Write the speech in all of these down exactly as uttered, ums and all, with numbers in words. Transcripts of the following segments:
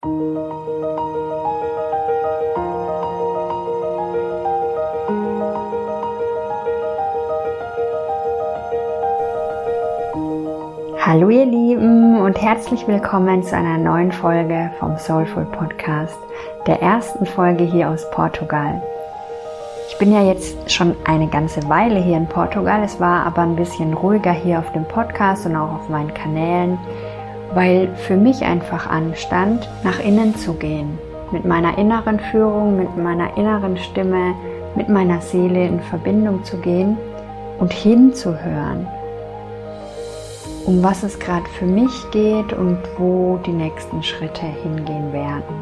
Hallo ihr Lieben und herzlich willkommen zu einer neuen Folge vom Soulful Podcast, der ersten Folge hier aus Portugal. Ich bin ja jetzt schon eine ganze Weile hier in Portugal, es war aber ein bisschen ruhiger hier auf dem Podcast und auch auf meinen Kanälen, weil für mich einfach anstand, nach innen zu gehen, mit meiner inneren Führung, mit meiner inneren Stimme, mit meiner Seele in Verbindung zu gehen und hinzuhören, um was es gerade für mich geht und wo die nächsten Schritte hingehen werden.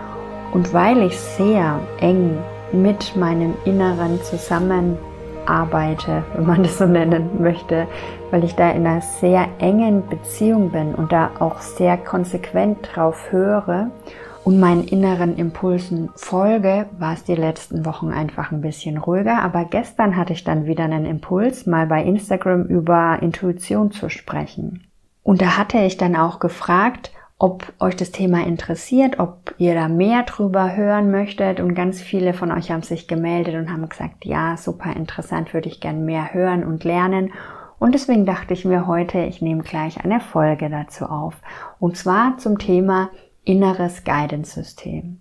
Und weil ich sehr eng mit meinem Inneren zusammenarbeite, wenn man das so nennen möchte, weil ich da in einer sehr engen Beziehung bin und da auch sehr konsequent drauf höre und meinen inneren Impulsen folge, war es die letzten Wochen einfach ein bisschen ruhiger. Aber gestern hatte ich dann wieder einen Impuls, mal bei Instagram über Intuition zu sprechen. Und da hatte ich dann auch gefragt, ob euch das Thema interessiert, ob ihr da mehr drüber hören möchtet. Und ganz viele von euch haben sich gemeldet und haben gesagt, ja, super interessant, würde ich gerne mehr hören und lernen. Und deswegen dachte ich mir heute, ich nehme gleich eine Folge dazu auf. Und zwar zum Thema inneres Guidance-System.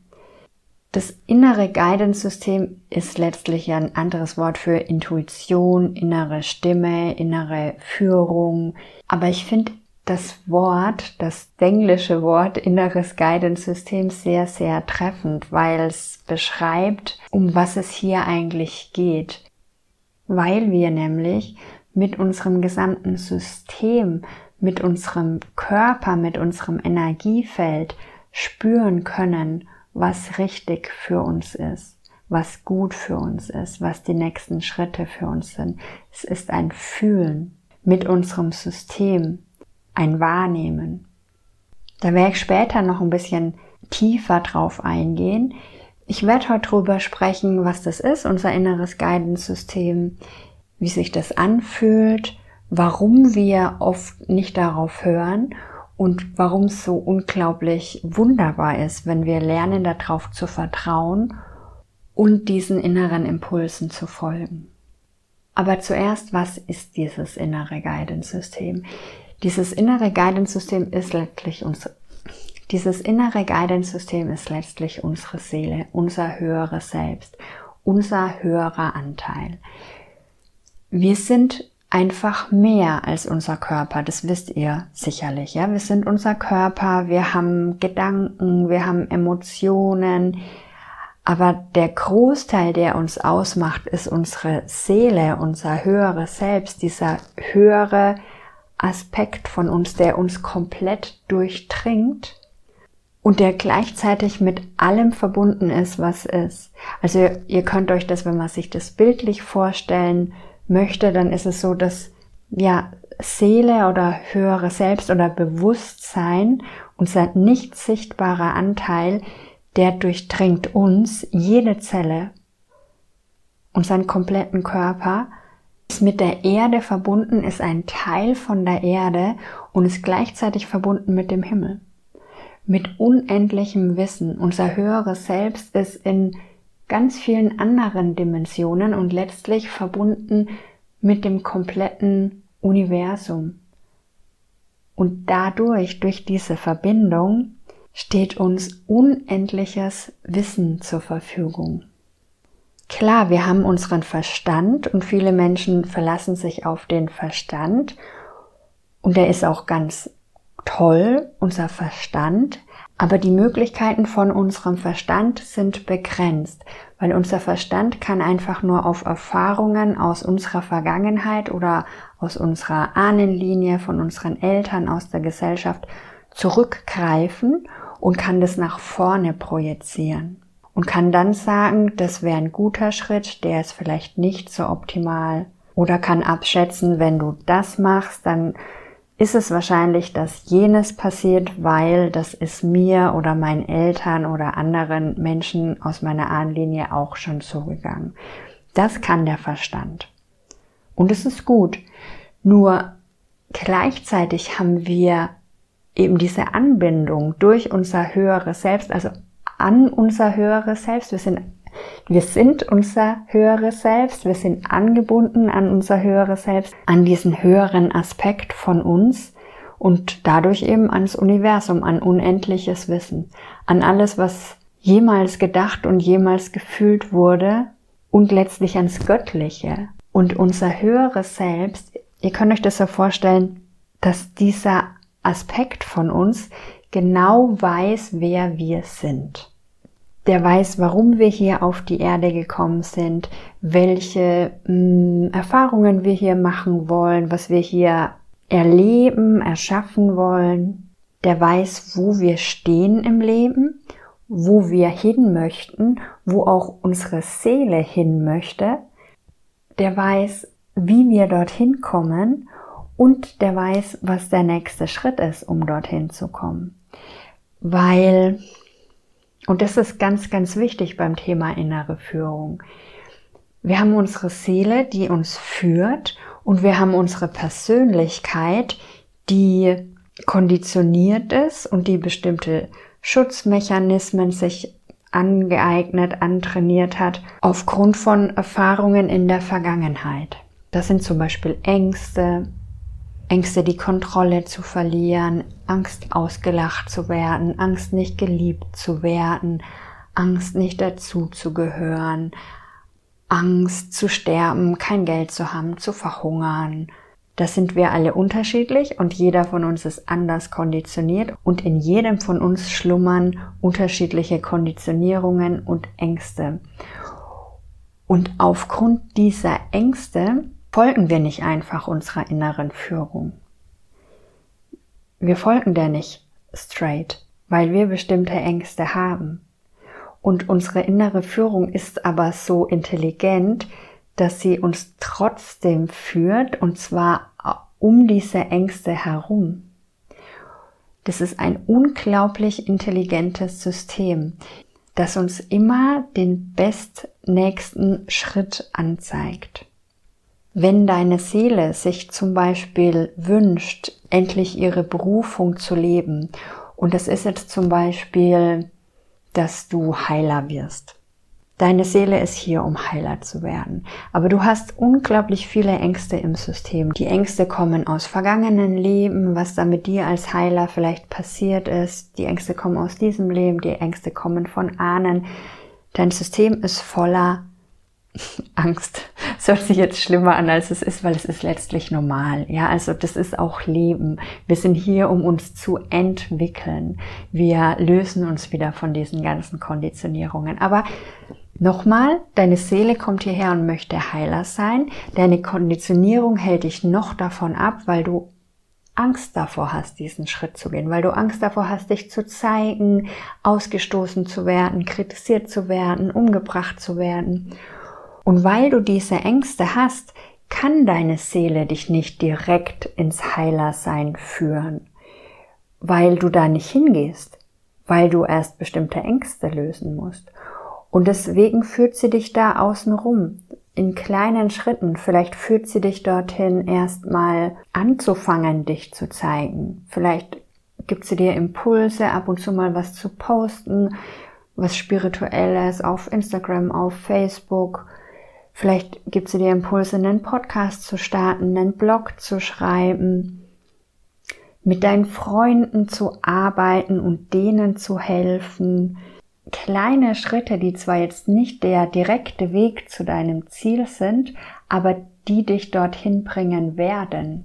Das innere Guidance-System ist letztlich ein anderes Wort für Intuition, innere Stimme, innere Führung. Aber ich finde das Wort, das englische Wort inneres Guidance-System sehr, sehr treffend, weil es beschreibt, um was es hier eigentlich geht. Weil wir nämlich mit unserem gesamten System, mit unserem Körper, mit unserem Energiefeld spüren können, was richtig für uns ist, was gut für uns ist, was die nächsten Schritte für uns sind. Es ist ein Fühlen mit unserem System, ein Wahrnehmen. Da werde ich später noch ein bisschen tiefer drauf eingehen. Ich werde heute darüber sprechen, was das ist, unser inneres Guidance-System, wie sich das anfühlt, warum wir oft nicht darauf hören und warum es so unglaublich wunderbar ist, wenn wir lernen, darauf zu vertrauen und diesen inneren Impulsen zu folgen. Aber zuerst, was ist dieses innere Guidance-System? Dieses innere Guidance-System ist letztlich unsere, dieses innere Guidance-System ist letztlich unsere Seele, unser höheres Selbst, unser höherer Anteil. Wir sind einfach mehr als unser Körper, das wisst ihr sicherlich, ja. Wir sind unser Körper, wir haben Gedanken, wir haben Emotionen, aber der Großteil, der uns ausmacht, ist unsere Seele, unser höheres Selbst, dieser höhere Aspekt von uns, der uns komplett durchdringt und der gleichzeitig mit allem verbunden ist, was ist. Also ihr könnt euch das, wenn man sich das bildlich vorstellen möchte, dann ist es so, dass ja Seele oder höhere Selbst oder Bewusstsein, unser nicht sichtbarer Anteil, der durchdringt uns, jede Zelle, unseren kompletten Körper, ist mit der Erde verbunden, ist ein Teil von der Erde und ist gleichzeitig verbunden mit dem Himmel. Mit unendlichem Wissen. Unser höheres Selbst ist in ganz vielen anderen Dimensionen und letztlich verbunden mit dem kompletten Universum. Und dadurch, durch diese Verbindung, steht uns unendliches Wissen zur Verfügung. Klar, wir haben unseren Verstand und viele Menschen verlassen sich auf den Verstand und der ist auch ganz toll, unser Verstand. Aber die Möglichkeiten von unserem Verstand sind begrenzt, weil unser Verstand kann einfach nur auf Erfahrungen aus unserer Vergangenheit oder aus unserer Ahnenlinie, von unseren Eltern, aus der Gesellschaft zurückgreifen und kann das nach vorne projizieren und kann dann sagen, das wäre ein guter Schritt, der ist vielleicht nicht so optimal, oder kann abschätzen, wenn du das machst, dann ist es wahrscheinlich, dass jenes passiert, weil das ist mir oder meinen Eltern oder anderen Menschen aus meiner Ahnenlinie auch schon so gegangen. Das kann der Verstand. Und es ist gut. Nur gleichzeitig haben wir eben diese Anbindung durch unser höheres Selbst, also an unser höheres Selbst. Wir sind, wir sind unser höheres Selbst, wir sind angebunden an unser höheres Selbst, an diesen höheren Aspekt von uns und dadurch eben ans Universum, an unendliches Wissen, an alles, was jemals gedacht und jemals gefühlt wurde und letztlich ans Göttliche. Und unser höheres Selbst, ihr könnt euch das so vorstellen, dass dieser Aspekt von uns genau weiß, wer wir sind. Der weiß, warum wir hier auf die Erde gekommen sind, welche mh, Erfahrungen wir hier machen wollen, was wir hier erleben, erschaffen wollen. Der weiß, wo wir stehen im Leben, wo wir hin möchten, wo auch unsere Seele hin möchte. Der weiß, wie wir dorthin kommen. Und der weiß, was der nächste Schritt ist, um dorthin zu kommen. Weil, und das ist ganz, ganz wichtig beim Thema innere Führung, wir haben unsere Seele, die uns führt, und wir haben unsere Persönlichkeit, die konditioniert ist und die bestimmte Schutzmechanismen sich angeeignet, antrainiert hat, aufgrund von Erfahrungen in der Vergangenheit. Das sind zum Beispiel Ängste, Ängste, die Kontrolle zu verlieren, Angst, ausgelacht zu werden, Angst, nicht geliebt zu werden, Angst, nicht dazuzugehören, Angst zu sterben, kein Geld zu haben, zu verhungern. Das sind wir alle unterschiedlich und jeder von uns ist anders konditioniert und in jedem von uns schlummern unterschiedliche Konditionierungen und Ängste. Und aufgrund dieser Ängste folgen wir nicht einfach unserer inneren Führung. Wir folgen der nicht straight, weil wir bestimmte Ängste haben. Und unsere innere Führung ist aber so intelligent, dass sie uns trotzdem führt, und zwar um diese Ängste herum. Das ist ein unglaublich intelligentes System, das uns immer den bestnächsten Schritt anzeigt. Wenn deine Seele sich zum Beispiel wünscht, endlich ihre Berufung zu leben, und das ist jetzt zum Beispiel, dass du Heiler wirst. Deine Seele ist hier, um Heiler zu werden. Aber du hast unglaublich viele Ängste im System. Die Ängste kommen aus vergangenen Leben, was da mit dir als Heiler vielleicht passiert ist. Die Ängste kommen aus diesem Leben, die Ängste kommen von Ahnen. Dein System ist voller Angst. Das hört sich jetzt schlimmer an, als es ist, weil es ist letztlich normal. Ja, also das ist auch Leben. Wir sind hier, um uns zu entwickeln. Wir lösen uns wieder von diesen ganzen Konditionierungen. Aber nochmal, deine Seele kommt hierher und möchte Heiler sein. Deine Konditionierung hält dich noch davon ab, weil du Angst davor hast, diesen Schritt zu gehen, weil du Angst davor hast, dich zu zeigen, ausgestoßen zu werden, kritisiert zu werden, umgebracht zu werden. Und weil du diese Ängste hast, kann deine Seele dich nicht direkt ins Heilersein führen, weil du da nicht hingehst, weil du erst bestimmte Ängste lösen musst. Und deswegen führt sie dich da außen rum, in kleinen Schritten. Vielleicht führt sie dich dorthin, erstmal anzufangen, dich zu zeigen. Vielleicht gibt sie dir Impulse, ab und zu mal was zu posten, was Spirituelles auf Instagram, auf Facebook. Vielleicht gibt sie dir Impulse, einen Podcast zu starten, einen Blog zu schreiben, mit deinen Freunden zu arbeiten und denen zu helfen. Kleine Schritte, die zwar jetzt nicht der direkte Weg zu deinem Ziel sind, aber die dich dorthin bringen werden.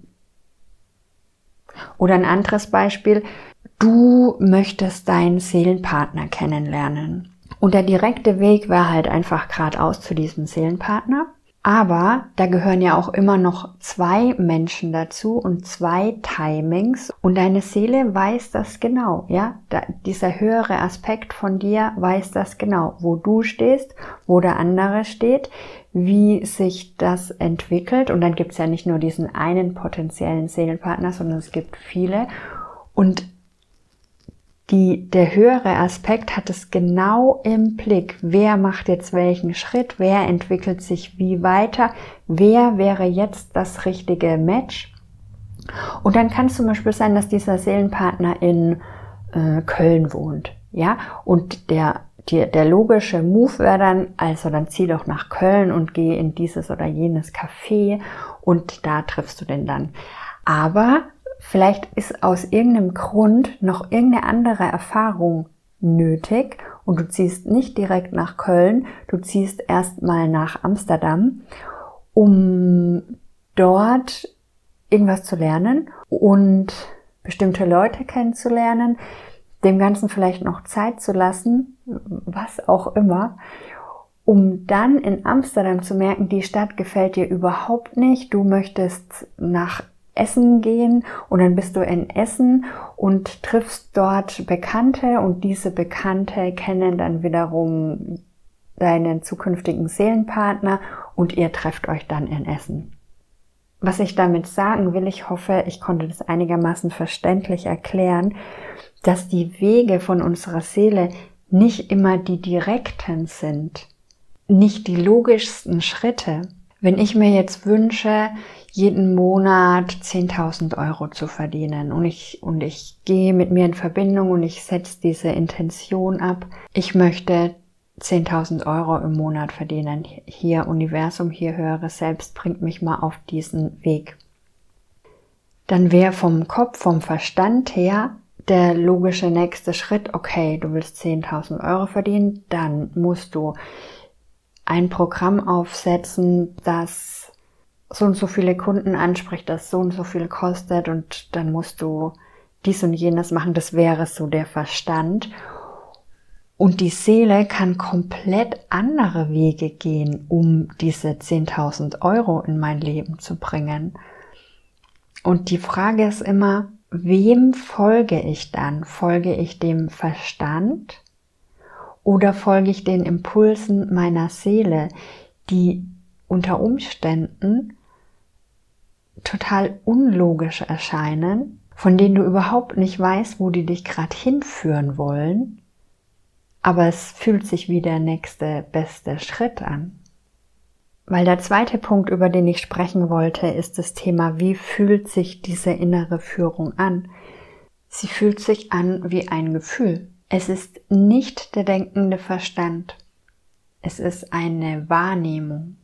Oder ein anderes Beispiel, du möchtest deinen Seelenpartner kennenlernen. Und der direkte Weg wäre halt einfach geradeaus zu diesem Seelenpartner. Aber da gehören ja auch immer noch zwei Menschen dazu und zwei Timings. Und deine Seele weiß das genau, ja. Da, dieser höhere Aspekt von dir weiß das genau, wo du stehst, wo der andere steht, wie sich das entwickelt. Und dann gibt es ja nicht nur diesen einen potenziellen Seelenpartner, sondern es gibt viele. Und Die, der höhere Aspekt hat es genau im Blick. Wer macht jetzt welchen Schritt? Wer entwickelt sich wie weiter? Wer wäre jetzt das richtige Match? Und dann kann es zum Beispiel sein, dass dieser Seelenpartner in äh, Köln wohnt. Ja, und der, die, der logische Move wäre dann, also dann zieh doch nach Köln und geh in dieses oder jenes Café und da triffst du den dann. Aber vielleicht ist aus irgendeinem Grund noch irgendeine andere Erfahrung nötig und du ziehst nicht direkt nach Köln, du ziehst erstmal nach Amsterdam, um dort irgendwas zu lernen und bestimmte Leute kennenzulernen, dem Ganzen vielleicht noch Zeit zu lassen, was auch immer, um dann in Amsterdam zu merken, die Stadt gefällt dir überhaupt nicht, du möchtest nach Essen gehen und dann bist du in Essen und triffst dort Bekannte und diese Bekannte kennen dann wiederum deinen zukünftigen Seelenpartner und ihr trefft euch dann in Essen. Was ich damit sagen will, ich hoffe, ich konnte das einigermaßen verständlich erklären, dass die Wege von unserer Seele nicht immer die direkten sind, nicht die logischsten Schritte. Wenn ich mir jetzt wünsche, jeden Monat zehntausend Euro zu verdienen und ich, und ich gehe mit mir in Verbindung und ich setze diese Intention ab, ich möchte zehntausend Euro im Monat verdienen. Hier Universum, hier höhere Selbst, bringt mich mal auf diesen Weg. Dann wäre vom Kopf, vom Verstand her der logische nächste Schritt, okay, du willst zehntausend Euro verdienen, dann musst du ein Programm aufsetzen, das so und so viele Kunden anspricht, das so und so viel kostet und dann musst du dies und jenes machen. Das wäre so der Verstand. Und die Seele kann komplett andere Wege gehen, um diese zehntausend Euro in mein Leben zu bringen. Und die Frage ist immer, wem folge ich dann? Folge ich dem Verstand oder folge ich den Impulsen meiner Seele, die unter Umständen total unlogisch erscheinen, von denen du überhaupt nicht weißt, wo die dich gerade hinführen wollen, aber es fühlt sich wie der nächste beste Schritt an. Weil der zweite Punkt, über den ich sprechen wollte, ist das Thema, wie fühlt sich diese innere Führung an? Sie fühlt sich an wie ein Gefühl. Es ist nicht der denkende Verstand. Es ist eine Wahrnehmung.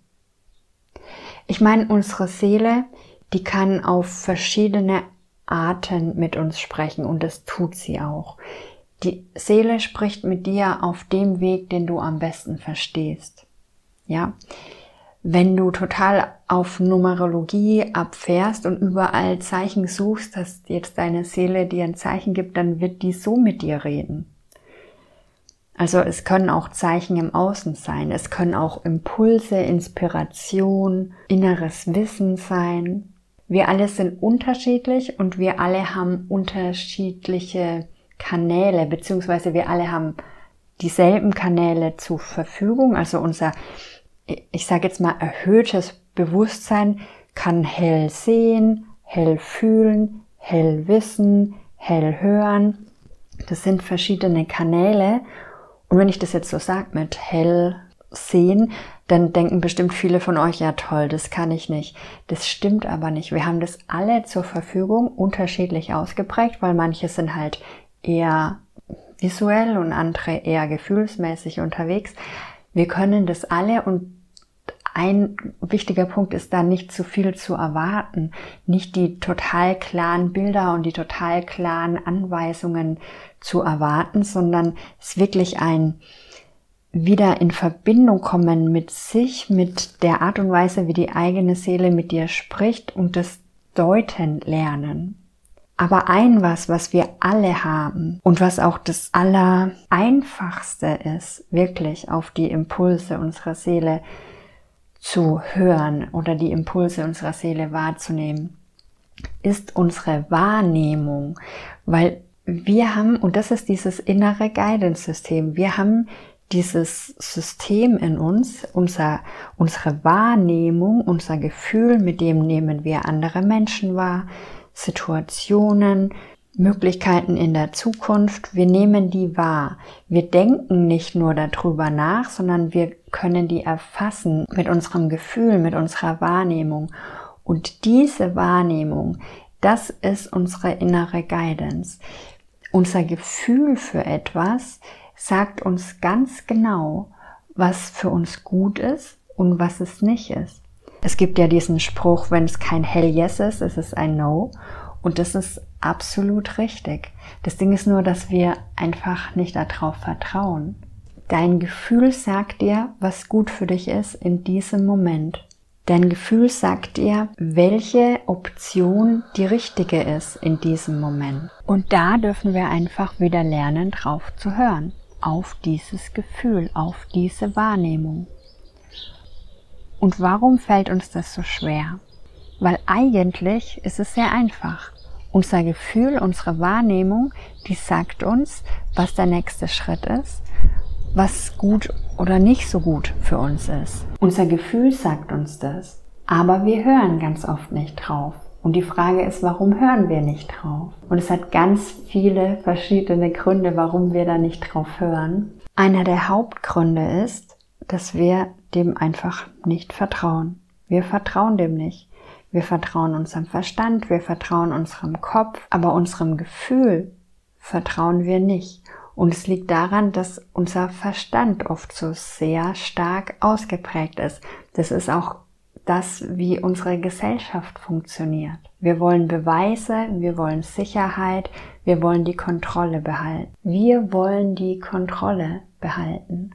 Ich meine, unsere Seele, die kann auf verschiedene Arten mit uns sprechen und das tut sie auch. Die Seele spricht mit dir auf dem Weg, den du am besten verstehst. Ja, wenn du total auf Numerologie abfährst und überall Zeichen suchst, dass jetzt deine Seele dir ein Zeichen gibt, dann wird die so mit dir reden. Also es können auch Zeichen im Außen sein, es können auch Impulse, Inspiration, inneres Wissen sein. Wir alle sind unterschiedlich und wir alle haben unterschiedliche Kanäle, beziehungsweise wir alle haben dieselben Kanäle zur Verfügung. Also unser, ich sage jetzt mal, erhöhtes Bewusstsein kann hell sehen, hell fühlen, hell wissen, hell hören. Das sind verschiedene Kanäle. Und wenn ich das jetzt so sage mit hell sehen, dann denken bestimmt viele von euch, ja toll, das kann ich nicht. Das stimmt aber nicht. Wir haben das alle zur Verfügung, unterschiedlich ausgeprägt, weil manche sind halt eher visuell und andere eher gefühlsmäßig unterwegs. Wir können das alle und ein wichtiger Punkt ist da, nicht zu viel zu erwarten, nicht die total klaren Bilder und die total klaren Anweisungen zu erwarten, sondern es wirklich ein wieder in Verbindung kommen mit sich, mit der Art und Weise, wie die eigene Seele mit dir spricht und das Deuten lernen. Aber ein was, was wir alle haben und was auch das Allereinfachste ist, wirklich auf die Impulse unserer Seele zu hören oder die Impulse unserer Seele wahrzunehmen, ist unsere Wahrnehmung, weil wir haben, und das ist dieses innere Guidance-System, wir haben dieses System in uns, unser, unsere Wahrnehmung, unser Gefühl, mit dem nehmen wir andere Menschen wahr, Situationen, Möglichkeiten in der Zukunft, wir nehmen die wahr. Wir denken nicht nur darüber nach, sondern wir können die erfassen mit unserem Gefühl, mit unserer Wahrnehmung. Und diese Wahrnehmung Das ist unsere innere Guidance. Unser Gefühl für etwas sagt uns ganz genau, was für uns gut ist und was es nicht ist. Es gibt ja diesen Spruch, wenn es kein Hell Yes ist, ist es ein No. Und das ist absolut richtig. Das Ding ist nur, dass wir einfach nicht darauf vertrauen. Dein Gefühl sagt dir, was gut für dich ist in diesem Moment. Dein Gefühl sagt dir, welche Option die richtige ist in diesem Moment. Und da dürfen wir einfach wieder lernen, drauf zu hören. Auf dieses Gefühl, auf diese Wahrnehmung. Und warum fällt uns das so schwer? Weil eigentlich ist es sehr einfach. Unser Gefühl, unsere Wahrnehmung, die sagt uns, was der nächste Schritt ist, was gut oder nicht so gut für uns ist. Unser Gefühl sagt uns das, aber wir hören ganz oft nicht drauf. Und die Frage ist, warum hören wir nicht drauf? Und es hat ganz viele verschiedene Gründe, warum wir da nicht drauf hören. Einer der Hauptgründe ist, dass wir dem einfach nicht vertrauen. Wir vertrauen dem nicht. Wir vertrauen unserem Verstand, wir vertrauen unserem Kopf, aber unserem Gefühl vertrauen wir nicht. Und es liegt daran, dass unser Verstand oft so sehr stark ausgeprägt ist. Das ist auch das, wie unsere Gesellschaft funktioniert. Wir wollen Beweise, wir wollen Sicherheit, wir wollen die Kontrolle behalten. Wir wollen die Kontrolle behalten.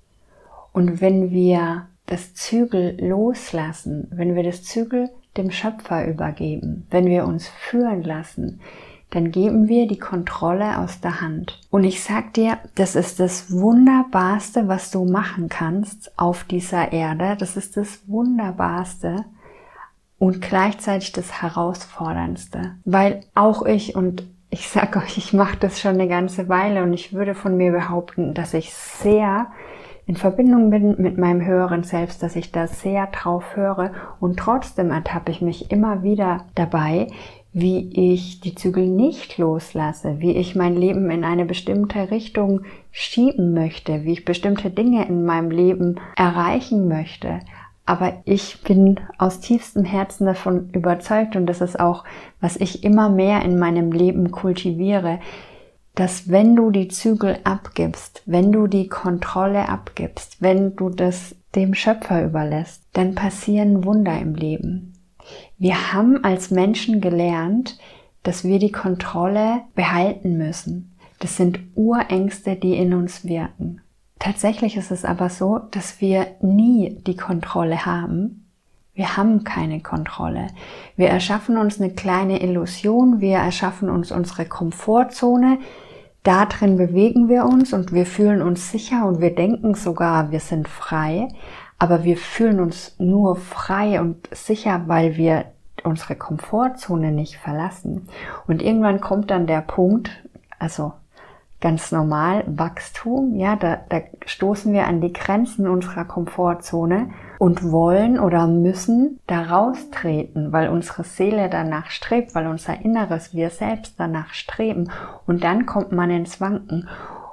Und wenn wir das Zügel loslassen, wenn wir das Zügel dem Schöpfer übergeben, wenn wir uns führen lassen, dann geben wir die Kontrolle aus der Hand. Und ich sag dir, das ist das Wunderbarste, was du machen kannst auf dieser Erde. Das ist das Wunderbarste und gleichzeitig das Herausforderndste. Weil auch ich, und ich sag euch, ich mache das schon eine ganze Weile und ich würde von mir behaupten, dass ich sehr in Verbindung bin mit meinem höheren Selbst, dass ich da sehr drauf höre, und trotzdem ertappe ich mich immer wieder dabei, wie ich die Zügel nicht loslasse, wie ich mein Leben in eine bestimmte Richtung schieben möchte, wie ich bestimmte Dinge in meinem Leben erreichen möchte. Aber ich bin aus tiefstem Herzen davon überzeugt, und das ist auch, was ich immer mehr in meinem Leben kultiviere, dass wenn du die Zügel abgibst, wenn du die Kontrolle abgibst, wenn du das dem Schöpfer überlässt, dann passieren Wunder im Leben. Wir haben als Menschen gelernt, dass wir die Kontrolle behalten müssen. Das sind Urängste, die in uns wirken. Tatsächlich ist es aber so, dass wir nie die Kontrolle haben. Wir haben keine Kontrolle. Wir erschaffen uns eine kleine Illusion, wir erschaffen uns unsere Komfortzone. Da drin bewegen wir uns und wir fühlen uns sicher und wir denken sogar, wir sind frei. Aber wir fühlen uns nur frei und sicher, weil wir unsere Komfortzone nicht verlassen. Und irgendwann kommt dann der Punkt, also ganz normal, Wachstum, ja, da, da stoßen wir an die Grenzen unserer Komfortzone und wollen oder müssen da raustreten, weil unsere Seele danach strebt, weil unser Inneres, wir selbst danach streben. Und dann kommt man ins Wanken.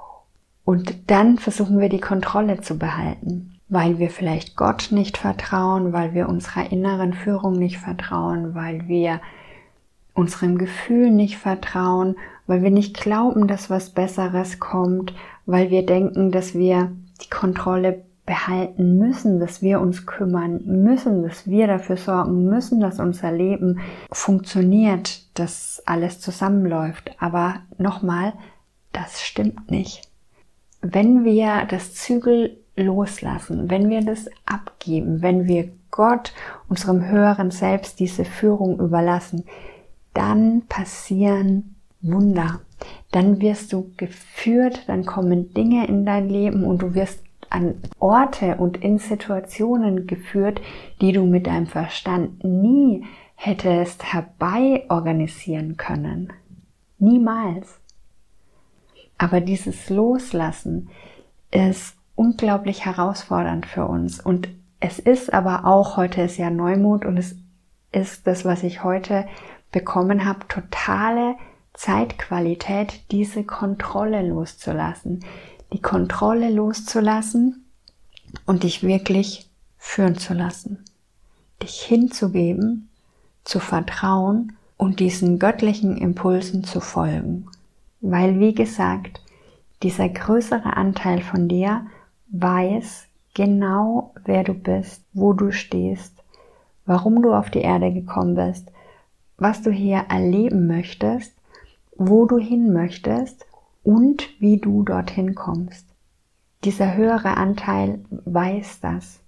Und dann versuchen wir die Kontrolle zu behalten, weil wir vielleicht Gott nicht vertrauen, weil wir unserer inneren Führung nicht vertrauen, weil wir unserem Gefühl nicht vertrauen, weil wir nicht glauben, dass was Besseres kommt, weil wir denken, dass wir die Kontrolle behalten müssen, dass wir uns kümmern müssen, dass wir dafür sorgen müssen, dass unser Leben funktioniert, dass alles zusammenläuft. Aber nochmal, das stimmt nicht. Wenn wir das Zügel loslassen, wenn wir das abgeben, wenn wir Gott, unserem höheren Selbst, diese Führung überlassen, dann passieren Wunder. Dann wirst du geführt, dann kommen Dinge in dein Leben und du wirst an Orte und in Situationen geführt, die du mit deinem Verstand nie hättest herbei organisieren können. Niemals. Aber dieses Loslassen ist unglaublich herausfordernd für uns. Und es ist aber auch, heute ist ja Neumond und es ist das, was ich heute bekommen habe, totale Zeitqualität, diese Kontrolle loszulassen. Die Kontrolle loszulassen und dich wirklich führen zu lassen. Dich hinzugeben, zu vertrauen und diesen göttlichen Impulsen zu folgen. Weil, wie gesagt, dieser größere Anteil von dir weiß genau, wer du bist, wo du stehst, warum du auf die Erde gekommen bist, was du hier erleben möchtest, wo du hin möchtest und wie du dorthin kommst. Dieser höhere Anteil weiß das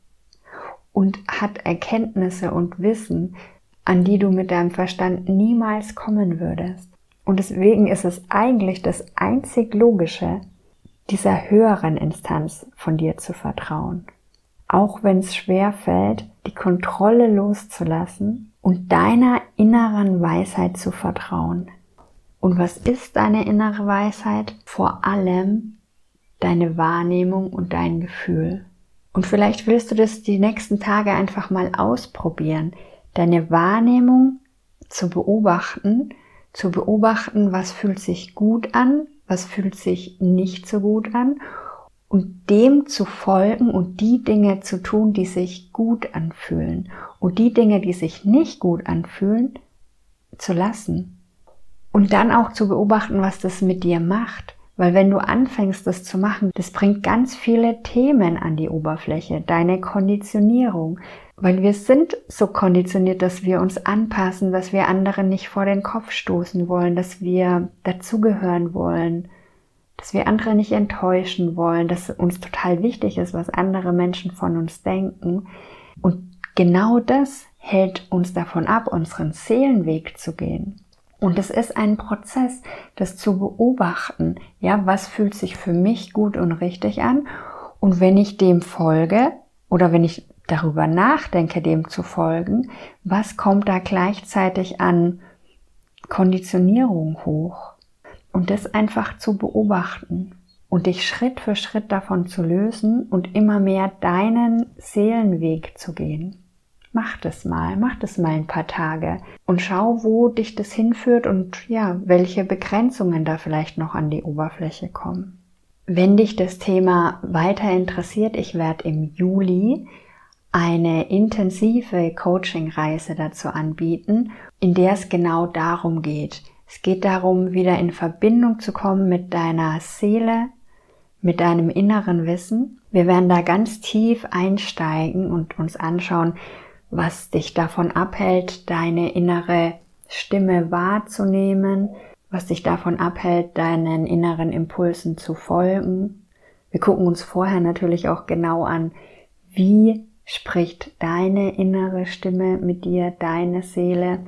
und hat Erkenntnisse und Wissen, an die du mit deinem Verstand niemals kommen würdest. Und deswegen ist es eigentlich das einzig Logische, dieser höheren Instanz von dir zu vertrauen. Auch wenn es schwer fällt, die Kontrolle loszulassen und deiner inneren Weisheit zu vertrauen. Und was ist deine innere Weisheit? Vor allem deine Wahrnehmung und dein Gefühl. Und vielleicht willst du das die nächsten Tage einfach mal ausprobieren, deine Wahrnehmung zu beobachten, zu beobachten, was fühlt sich gut an, was fühlt sich nicht so gut an und dem zu folgen und die Dinge zu tun, die sich gut anfühlen und die Dinge, die sich nicht gut anfühlen, zu lassen. Und dann auch zu beobachten, was das mit dir macht. Weil wenn du anfängst, das zu machen, das bringt ganz viele Themen an die Oberfläche, deine Konditionierung. Weil wir sind so konditioniert, dass wir uns anpassen, dass wir anderen nicht vor den Kopf stoßen wollen, dass wir dazugehören wollen, dass wir andere nicht enttäuschen wollen, dass uns total wichtig ist, was andere Menschen von uns denken. Und genau das hält uns davon ab, unseren Seelenweg zu gehen. Und es ist ein Prozess, das zu beobachten. Ja, was fühlt sich für mich gut und richtig an? Und wenn ich dem folge oder wenn ich darüber nachdenke, dem zu folgen, was kommt da gleichzeitig an Konditionierung hoch? Und das einfach zu beobachten und dich Schritt für Schritt davon zu lösen und immer mehr deinen Seelenweg zu gehen. Mach das mal, mach das mal ein paar Tage und schau, wo dich das hinführt und ja, welche Begrenzungen da vielleicht noch an die Oberfläche kommen. Wenn dich das Thema weiter interessiert, ich werde im Juli eine intensive Coaching-Reise dazu anbieten, in der es genau darum geht. Es geht darum, wieder in Verbindung zu kommen mit deiner Seele, mit deinem inneren Wissen. Wir werden da ganz tief einsteigen und uns anschauen, was dich davon abhält, deine innere Stimme wahrzunehmen, was dich davon abhält, deinen inneren Impulsen zu folgen. Wir gucken uns vorher natürlich auch genau an, wie spricht deine innere Stimme mit dir, deine Seele.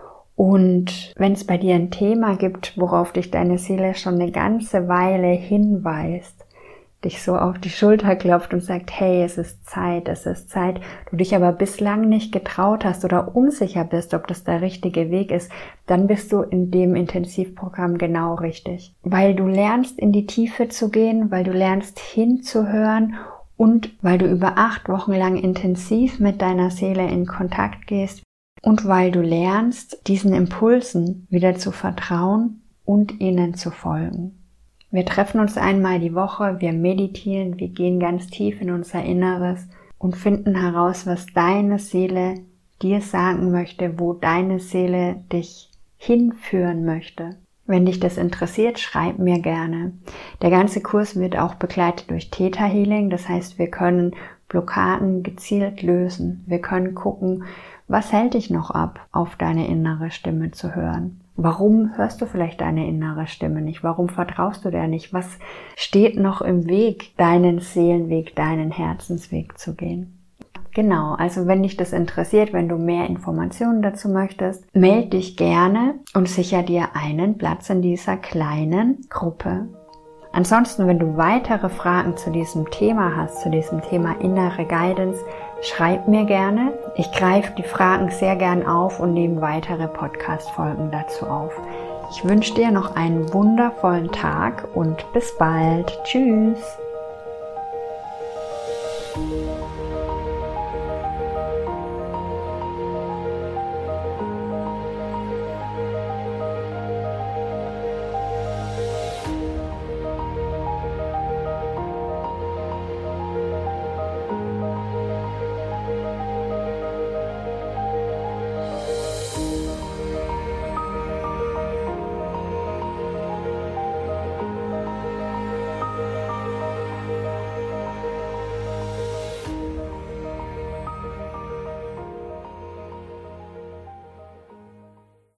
Und wenn es bei dir ein Thema gibt, worauf dich deine Seele schon eine ganze Weile hinweist, dich so auf die Schulter klopft und sagt, hey, es ist Zeit, es ist Zeit, du dich aber bislang nicht getraut hast oder unsicher bist, ob das der richtige Weg ist, dann bist du in dem Intensivprogramm genau richtig. Weil du lernst, in die Tiefe zu gehen, weil du lernst, hinzuhören und weil du über acht Wochen lang intensiv mit deiner Seele in Kontakt gehst und weil du lernst, diesen Impulsen wieder zu vertrauen und ihnen zu folgen. Wir treffen uns einmal die Woche, wir meditieren, wir gehen ganz tief in unser Inneres und finden heraus, was deine Seele dir sagen möchte, wo deine Seele dich hinführen möchte. Wenn dich das interessiert, schreib mir gerne. Der ganze Kurs wird auch begleitet durch Theta Healing, das heißt, wir können Blockaden gezielt lösen. Wir können gucken, was hält dich noch ab, auf deine innere Stimme zu hören. Warum hörst du vielleicht deine innere Stimme nicht? Warum vertraust du der nicht? Was steht noch im Weg, deinen Seelenweg, deinen Herzensweg zu gehen? Genau, also wenn dich das interessiert, wenn du mehr Informationen dazu möchtest, melde dich gerne und sicher dir einen Platz in dieser kleinen Gruppe. Ansonsten, wenn du weitere Fragen zu diesem Thema hast, zu diesem Thema innere Guidance, schreib mir gerne. Ich greife die Fragen sehr gern auf und nehme weitere Podcast-Folgen dazu auf. Ich wünsche dir noch einen wundervollen Tag und bis bald. Tschüss!